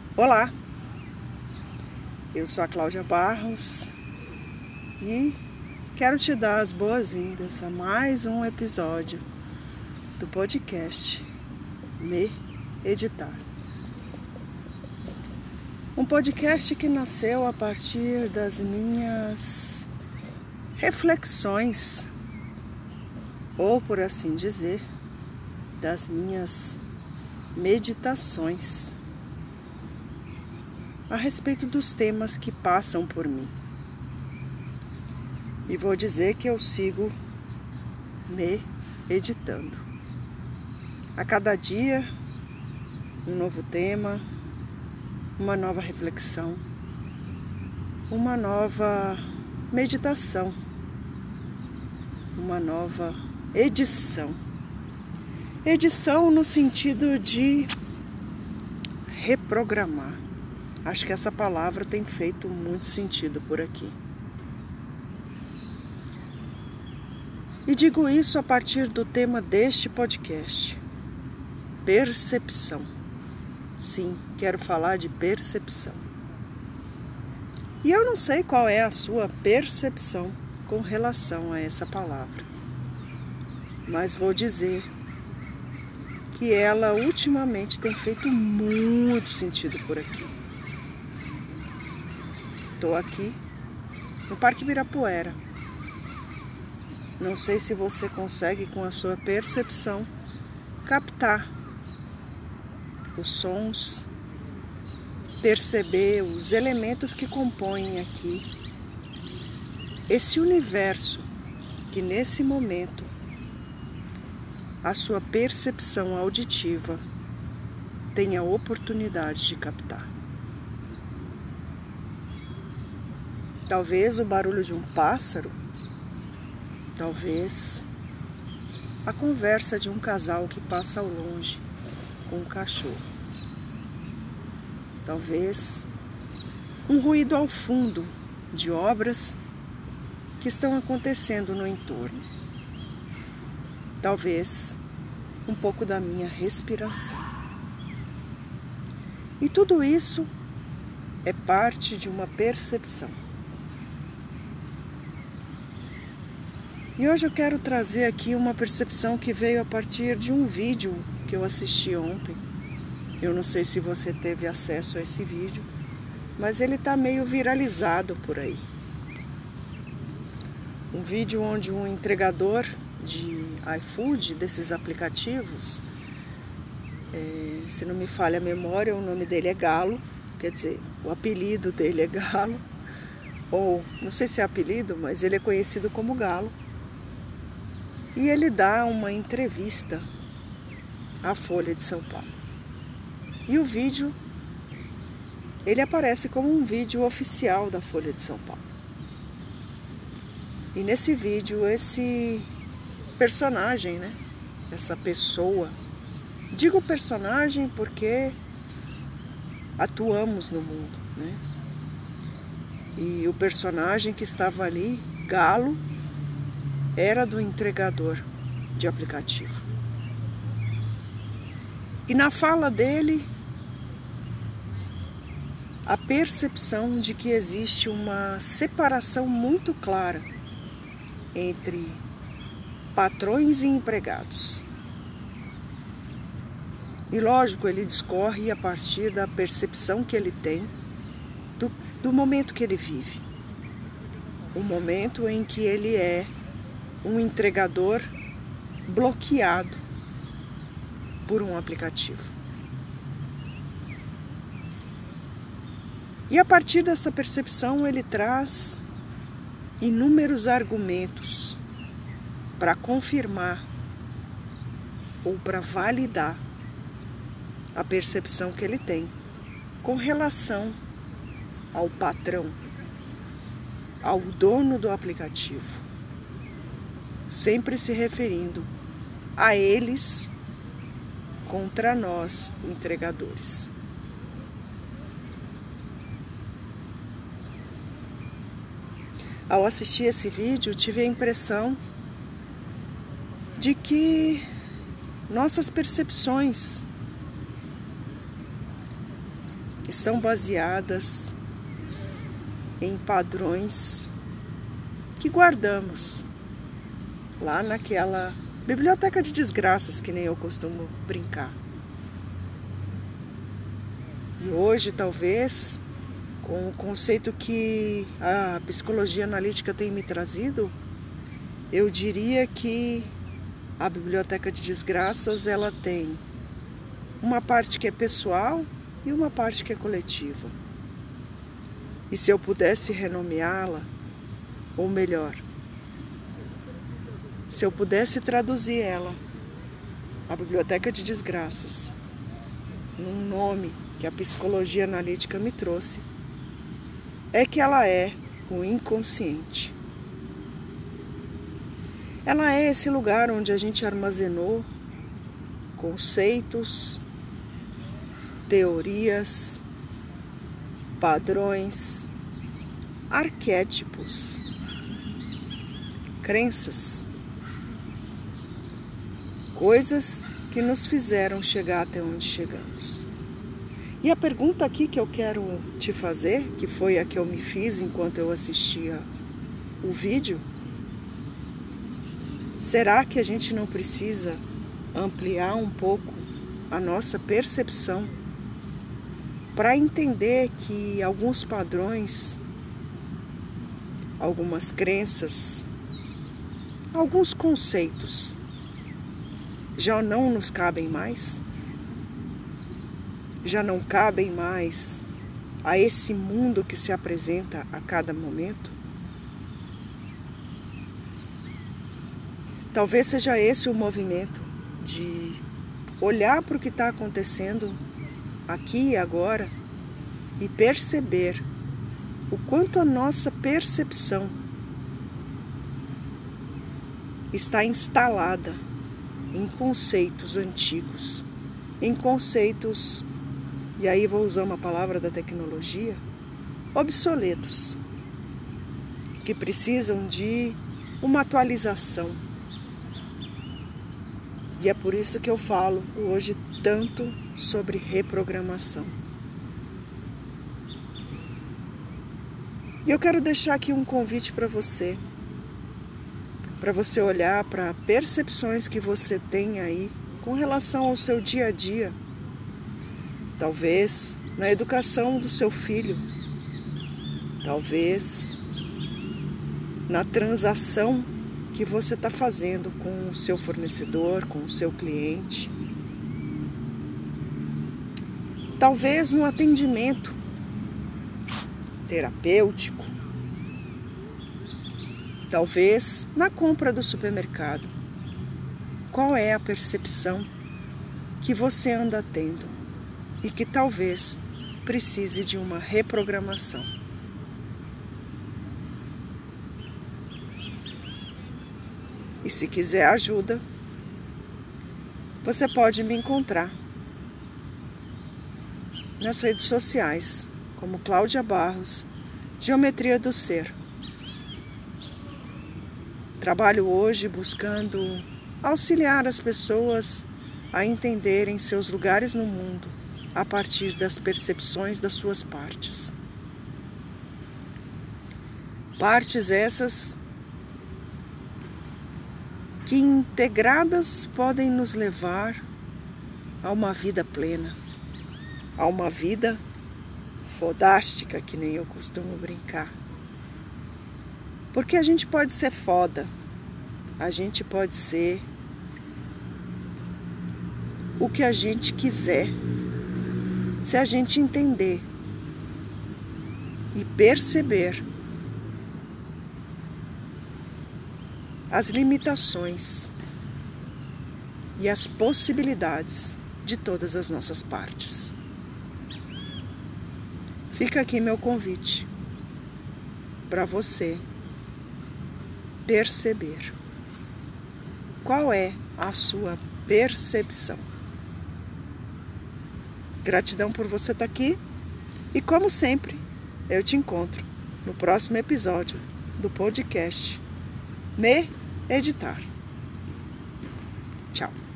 Olá, eu sou a Cláudia Barros e quero te dar as boas-vindas a mais um episódio do podcast Me Editar. Um podcast que nasceu a partir das minhas reflexões, ou por assim dizer, das minhas meditações a respeito dos temas que passam por mim. E vou dizer que eu sigo me editando. A cada dia, um novo tema, uma nova reflexão, uma nova meditação, uma nova edição. Edição no sentido de reprogramar. Acho que essa palavra tem feito muito sentido por aqui. E digo isso a partir do tema deste podcast, percepção. Sim, quero falar de percepção. E eu não sei qual é a sua percepção com relação a essa palavra, mas vou dizer que ela ultimamente tem feito muito sentido por aqui. Estou aqui no Parque Ibirapuera. Não sei se você consegue, com a sua percepção, captar os sons, perceber os elementos que compõem aqui esse universo que nesse momento a sua percepção auditiva tem a oportunidade de captar. Talvez o barulho de um pássaro, talvez a conversa de um casal que passa ao longe com um cachorro, talvez um ruído ao fundo de obras que estão acontecendo no entorno, talvez um pouco da minha respiração. E tudo isso é parte de uma percepção. E hoje eu quero trazer aqui uma percepção que veio a partir de um vídeo que eu assisti ontem. Eu não sei se você teve acesso a esse vídeo, mas ele está meio viralizado por aí. Um vídeo onde um entregador de iFood, desses aplicativos, se não me falha a memória, o nome dele é Galo, quer dizer, o apelido dele é Galo, ou não sei se é apelido, mas ele é conhecido como Galo. E ele dá uma entrevista à Folha de São Paulo. E o vídeo, ele aparece como um vídeo oficial da Folha de São Paulo. E nesse vídeo, esse personagem, né? Essa pessoa, digo personagem porque atuamos no mundo, né? E o personagem que estava ali, Galo, era do entregador de aplicativo. E na fala dele, a percepção de que existe uma separação muito clara entre patrões e empregados. E lógico, ele discorre a partir da percepção que ele tem do momento que ele vive. O momento em que ele é um entregador bloqueado por um aplicativo. E a partir dessa percepção ele traz inúmeros argumentos para confirmar ou para validar a percepção que ele tem com relação ao patrão, ao dono do aplicativo, sempre se referindo a eles contra nós, entregadores. Ao assistir esse vídeo, tive a impressão de que nossas percepções estão baseadas em padrões que guardamos lá naquela biblioteca de desgraças, que nem eu costumo brincar. E hoje, talvez, com o conceito que a psicologia analítica tem me trazido, eu diria que a biblioteca de desgraças, ela tem uma parte que é pessoal e uma parte que é coletiva. E se eu pudesse renomeá-la, ou melhor, se eu pudesse traduzir ela, a biblioteca de desgraças, num nome que a psicologia analítica me trouxe, é que ela é o inconsciente. Ela é esse lugar onde a gente armazenou conceitos, teorias, padrões, arquétipos, crenças, coisas que nos fizeram chegar até onde chegamos. E a pergunta aqui que eu quero te fazer, que foi a que eu me fiz enquanto eu assistia o vídeo, será que a gente não precisa ampliar um pouco a nossa percepção para entender que alguns padrões, algumas crenças, alguns conceitos já não nos cabem mais? Já não cabem mais a esse mundo que se apresenta a cada momento? Talvez seja esse o movimento de olhar para o que está acontecendo aqui e agora e perceber o quanto a nossa percepção está instalada em conceitos antigos, em conceitos, e aí vou usar uma palavra da tecnologia, obsoletos, que precisam de uma atualização. E é por isso que eu falo hoje tanto sobre reprogramação. E eu quero deixar aqui um convite para você olhar para percepções que você tem aí com relação ao seu dia a dia. Talvez na educação do seu filho, talvez na transação que você está fazendo com o seu fornecedor, com o seu cliente. Talvez no atendimento terapêutico. Talvez na compra do supermercado. Qual é a percepção que você anda tendo e que talvez precise de uma reprogramação? E se quiser ajuda, você pode me encontrar nas redes sociais, como Cláudia Barros, Geometria do Ser. Trabalho hoje buscando auxiliar as pessoas a entenderem seus lugares no mundo a partir das percepções das suas partes. Partes essas que integradas podem nos levar a uma vida plena, a uma vida fodástica, que nem eu costumo brincar. Porque a gente pode ser foda, a gente pode ser o que a gente quiser, se a gente entender e perceber as limitações e as possibilidades de todas as nossas partes. Fica aqui meu convite para você perceber qual é a sua percepção. Gratidão por você estar aqui e, como sempre, eu te encontro no próximo episódio do podcast Me Editar. Tchau.